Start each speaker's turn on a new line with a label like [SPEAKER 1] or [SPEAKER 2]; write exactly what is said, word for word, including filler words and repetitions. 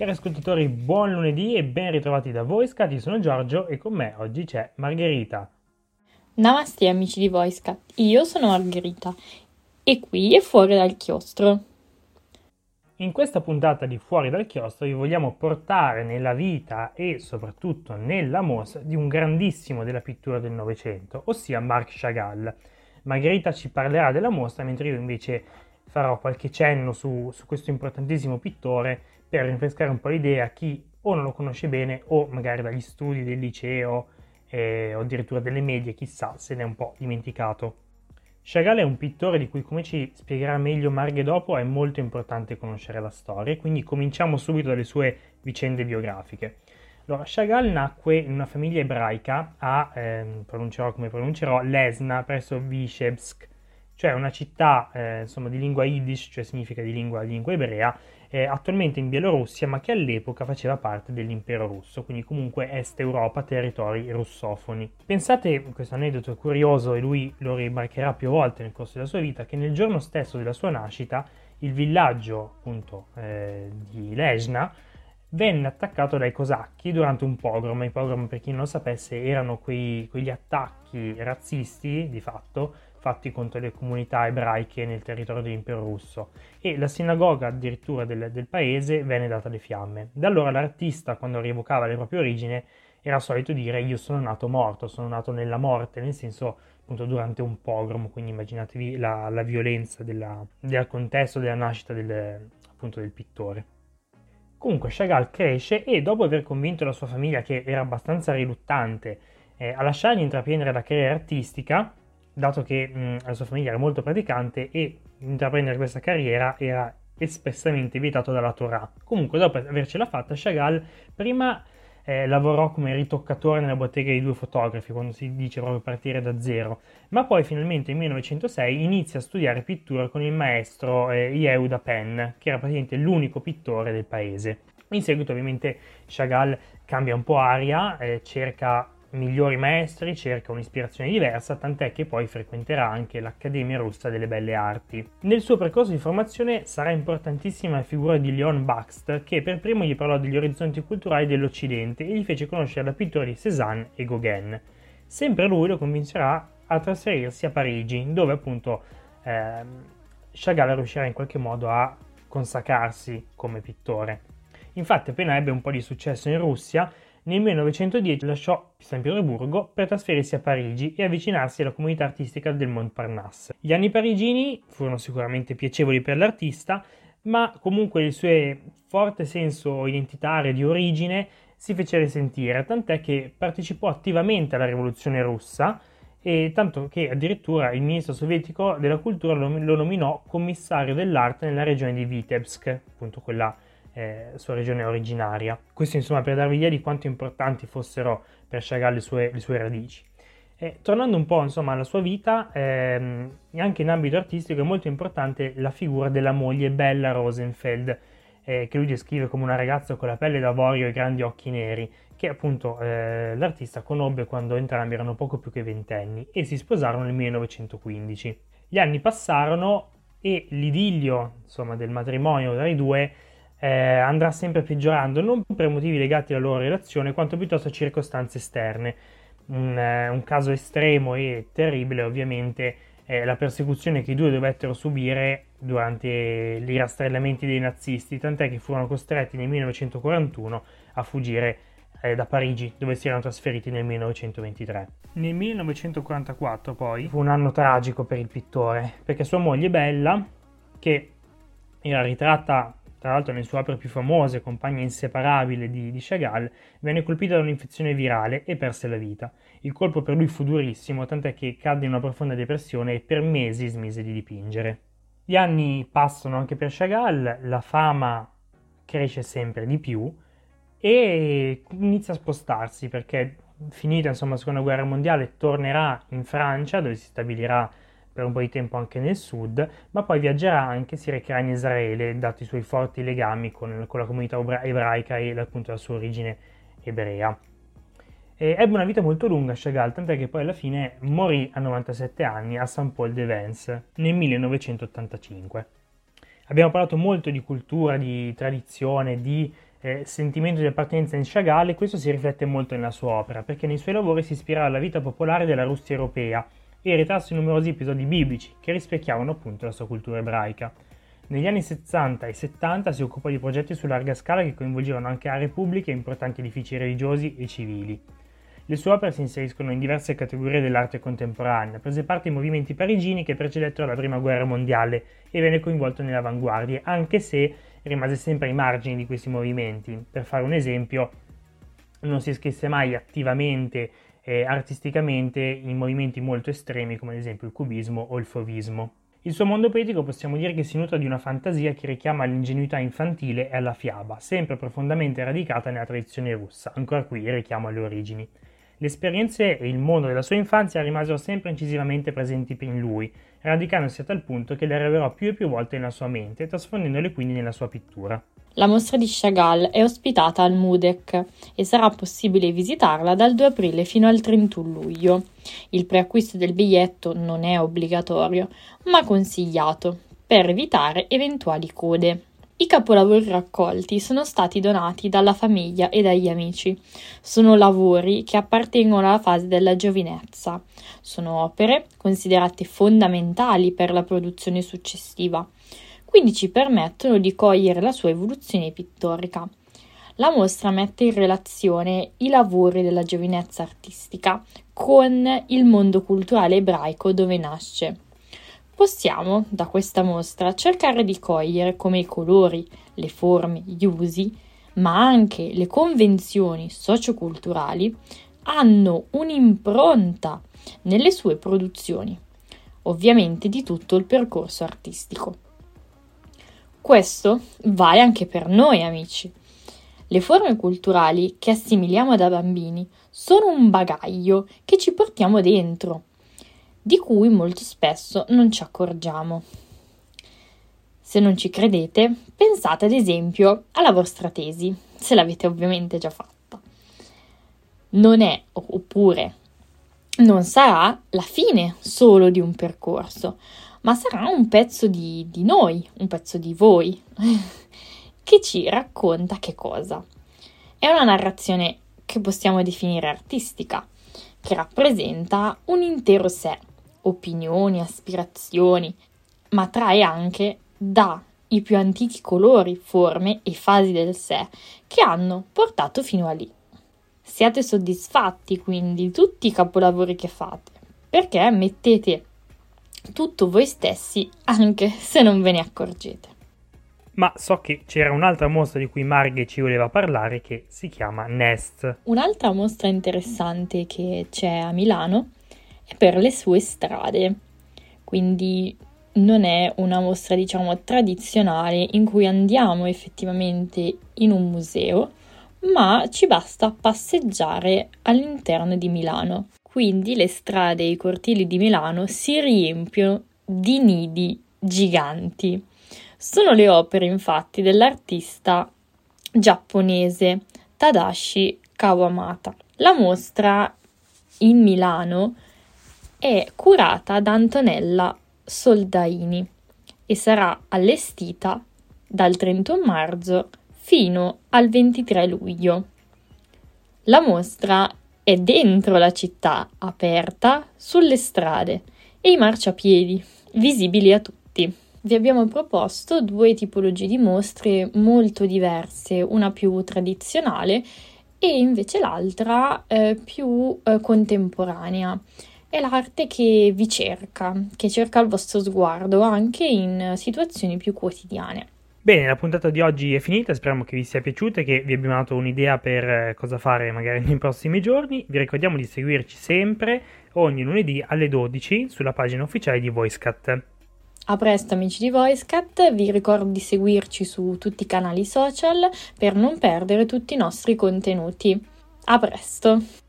[SPEAKER 1] Cari ascoltatori, buon lunedì e ben ritrovati da VoiceCat, io sono Giorgio e con me oggi c'è Margherita.
[SPEAKER 2] Namaste amici di VoiceCat, io sono Margherita e qui è Fuori dal chiostro.
[SPEAKER 1] In questa puntata di Fuori dal chiostro vi vogliamo portare nella vita e soprattutto nella mostra di un grandissimo della pittura del Novecento, ossia Marc Chagall. Margherita ci parlerà della mostra, mentre io invece farò qualche cenno su, su questo importantissimo pittore per rinfrescare un po' l'idea a chi o non lo conosce bene o magari dagli studi del liceo eh, o addirittura delle medie, chissà, se ne è un po' dimenticato. Chagall è un pittore di cui, come ci spiegherà meglio Marghe dopo, è molto importante conoscere la storia, quindi cominciamo subito dalle sue vicende biografiche. Allora, Chagall nacque in una famiglia ebraica a, ehm, pronuncerò come pronuncerò, Lesna, presso Vitebsk, cioè una città eh, insomma, di lingua yiddish, cioè significa di lingua, lingua ebrea, eh, attualmente in Bielorussia, ma che all'epoca faceva parte dell'impero russo, quindi comunque Est Europa, territori russofoni. Pensate, questo aneddoto è curioso e lui lo rimarcherà più volte nel corso della sua vita, che nel giorno stesso della sua nascita il villaggio appunto eh, di Lejna venne attaccato dai cosacchi durante un pogrom. I pogrom, per chi non lo sapesse, erano quei, quegli attacchi razzisti, di fatto, fatti contro le comunità ebraiche nel territorio dell'impero russo, e la sinagoga addirittura del, del paese venne data alle fiamme. Da allora l'artista, quando rievocava le proprie origini, era solito dire io sono nato morto, sono nato nella morte, nel senso appunto durante un pogrom, quindi immaginatevi la, la violenza della, del contesto della nascita del, appunto del pittore. Comunque Chagall cresce e, dopo aver convinto la sua famiglia, che era abbastanza riluttante eh, a lasciargli intraprendere la carriera artistica, dato che mh, la sua famiglia era molto praticante e intraprendere questa carriera era espressamente vietato dalla Torah. Comunque, dopo avercela fatta, Chagall prima eh, lavorò come ritoccatore nella bottega di due fotografi, quando si dice proprio partire da zero, ma poi finalmente nel millenovecentosei inizia a studiare pittura con il maestro eh, Yehuda Penn, che era praticamente l'unico pittore del paese. In seguito ovviamente Chagall cambia un po' aria, eh, cerca migliori maestri, cerca un'ispirazione diversa, tant'è che poi frequenterà anche l'Accademia Russa delle Belle Arti. Nel suo percorso di formazione sarà importantissima la figura di Leon Bakst, che per primo gli parlò degli orizzonti culturali dell'Occidente e gli fece conoscere la pittura di Cézanne e Gauguin. Sempre lui lo convincerà a trasferirsi a Parigi, dove appunto eh, Chagall riuscirà in qualche modo a consacrarsi come pittore. Infatti, appena ebbe un po' di successo in Russia, nel millenovecentodieci lasciò San Pietroburgo per trasferirsi a Parigi e avvicinarsi alla comunità artistica del Montparnasse. Gli anni parigini furono sicuramente piacevoli per l'artista, ma comunque il suo forte senso identitario di origine si fece risentire, tant'è che partecipò attivamente alla rivoluzione russa, e tanto che addirittura il ministro sovietico della cultura lo, lo nominò commissario dell'arte nella regione di Vitebsk, appunto quella Eh, sua regione originaria. Questo insomma per darvi idea di quanto importanti fossero per Chagall le sue, le sue radici. E, tornando un po' insomma alla sua vita, ehm, anche in ambito artistico è molto importante la figura della moglie Bella Rosenfeld, eh, che lui descrive come una ragazza con la pelle d'avorio e grandi occhi neri, che appunto eh, l'artista conobbe quando entrambi erano poco più che ventenni e si sposarono nel millenovecentoquindici. Gli anni passarono e l'idillio insomma del matrimonio tra i due Eh, andrà sempre peggiorando, non per motivi legati alla loro relazione, quanto piuttosto a circostanze esterne. Un, eh, un caso estremo e terribile, ovviamente, è la persecuzione che i due dovettero subire durante i rastrellamenti dei nazisti, tant'è che furono costretti nel millenovecentoquarantuno a fuggire eh, da Parigi, dove si erano trasferiti nel millenovecentoventitré. Nel millenovecentoquarantaquattro, poi, fu un anno tragico per il pittore, perché sua moglie Bella, che era ritratta tra l'altro nelle sue opere più famose, compagna inseparabile di, di Chagall, venne colpita da un'infezione virale e perse la vita. Il colpo per lui fu durissimo, tant'è che cadde in una profonda depressione e per mesi smise di dipingere. Gli anni passano anche per Chagall, la fama cresce sempre di più e inizia a spostarsi perché, finita insomma la seconda guerra mondiale, tornerà in Francia, dove si stabilirà per un po' di tempo anche nel sud, ma poi viaggerà anche, si recherà in Israele, dato i suoi forti legami con, con la comunità ebraica e appunto la sua origine ebrea. E ebbe una vita molto lunga Chagall, tant'è che poi alla fine morì a novantasette anni a Saint-Paul-de-Vence nel millenovecentottantacinque. Abbiamo parlato molto di cultura, di tradizione, di eh, sentimento di appartenenza in Chagall, e questo si riflette molto nella sua opera, perché nei suoi lavori si ispirava alla vita popolare della Russia europea e ritrasse numerosi episodi biblici che rispecchiavano appunto la sua cultura ebraica. Negli anni sessanta e settanta si occupò di progetti su larga scala che coinvolgevano anche aree pubbliche e importanti edifici religiosi e civili. Le sue opere si inseriscono in diverse categorie dell'arte contemporanea, prese parte ai movimenti parigini che precedettero la Prima Guerra Mondiale e venne coinvolto nelle avanguardie, anche se rimase sempre ai margini di questi movimenti. Per fare un esempio, non si iscrisse mai attivamente e artisticamente in movimenti molto estremi come ad esempio il cubismo o il fauvismo. Il suo mondo poetico possiamo dire che si nutre di una fantasia che richiama all'ingenuità infantile e alla fiaba, sempre profondamente radicata nella tradizione russa, ancora qui il richiamo alle origini. Le esperienze e il mondo della sua infanzia rimasero sempre incisivamente presenti in lui, radicandosi a tal punto che le rivelò più e più volte nella sua mente, trasfondendole quindi nella sua pittura.
[SPEAKER 2] La mostra di Chagall è ospitata al MUDEC e sarà possibile visitarla dal due aprile fino al trentuno luglio. Il preacquisto del biglietto non è obbligatorio, ma consigliato, per evitare eventuali code. I capolavori raccolti sono stati donati dalla famiglia e dagli amici. Sono lavori che appartengono alla fase della giovinezza. Sono opere considerate fondamentali per la produzione successiva, quindi ci permettono di cogliere la sua evoluzione pittorica. La mostra mette in relazione i lavori della giovinezza artistica con il mondo culturale ebraico dove nasce. Possiamo, da questa mostra, cercare di cogliere come i colori, le forme, gli usi, ma anche le convenzioni socioculturali hanno un'impronta nelle sue produzioni, ovviamente di tutto il percorso artistico. Questo vale anche per noi, amici. Le forme culturali che assimiliamo da bambini sono un bagaglio che ci portiamo dentro, di cui molto spesso non ci accorgiamo. Se non ci credete, pensate ad esempio alla vostra tesi, se l'avete ovviamente già fatta. Non è, oppure non sarà la fine solo di un percorso, ma sarà un pezzo di, di noi, un pezzo di voi, che ci racconta che cosa? È una narrazione che possiamo definire artistica, che rappresenta un intero sé, opinioni, aspirazioni, ma trae anche dai più antichi colori, forme e fasi del sé che hanno portato fino a lì. Siate soddisfatti quindi di tutti i capolavori che fate, perché mettete tutto voi stessi anche se non ve ne accorgete.
[SPEAKER 1] Ma so che c'era un'altra mostra di cui Marghe ci voleva parlare che si chiama Nest.
[SPEAKER 2] Un'altra mostra interessante che c'è a Milano è per le sue strade, quindi non è una mostra diciamo tradizionale in cui andiamo effettivamente in un museo, ma ci basta passeggiare all'interno di Milano. Quindi le strade e i cortili di Milano si riempiono di nidi giganti. Sono le opere infatti dell'artista giapponese Tadashi Kawamata. La mostra in Milano è curata da Antonella Soldaini e sarà allestita dal trentuno marzo fino al ventitré luglio. La mostra è dentro la città, aperta sulle strade e i marciapiedi, visibili a tutti. Vi abbiamo proposto due tipologie di mostre molto diverse, una più tradizionale e invece l'altra eh, più eh, contemporanea. È l'arte che vi cerca, che cerca il vostro sguardo anche in situazioni più quotidiane.
[SPEAKER 1] Bene, la puntata di oggi è finita, speriamo che vi sia piaciuta e che vi abbiamo dato un'idea per cosa fare magari nei prossimi giorni. Vi ricordiamo di seguirci sempre ogni lunedì alle dodici sulla pagina ufficiale di VoiceCat.
[SPEAKER 2] A presto amici di VoiceCat, vi ricordo di seguirci su tutti i canali social per non perdere tutti i nostri contenuti. A presto!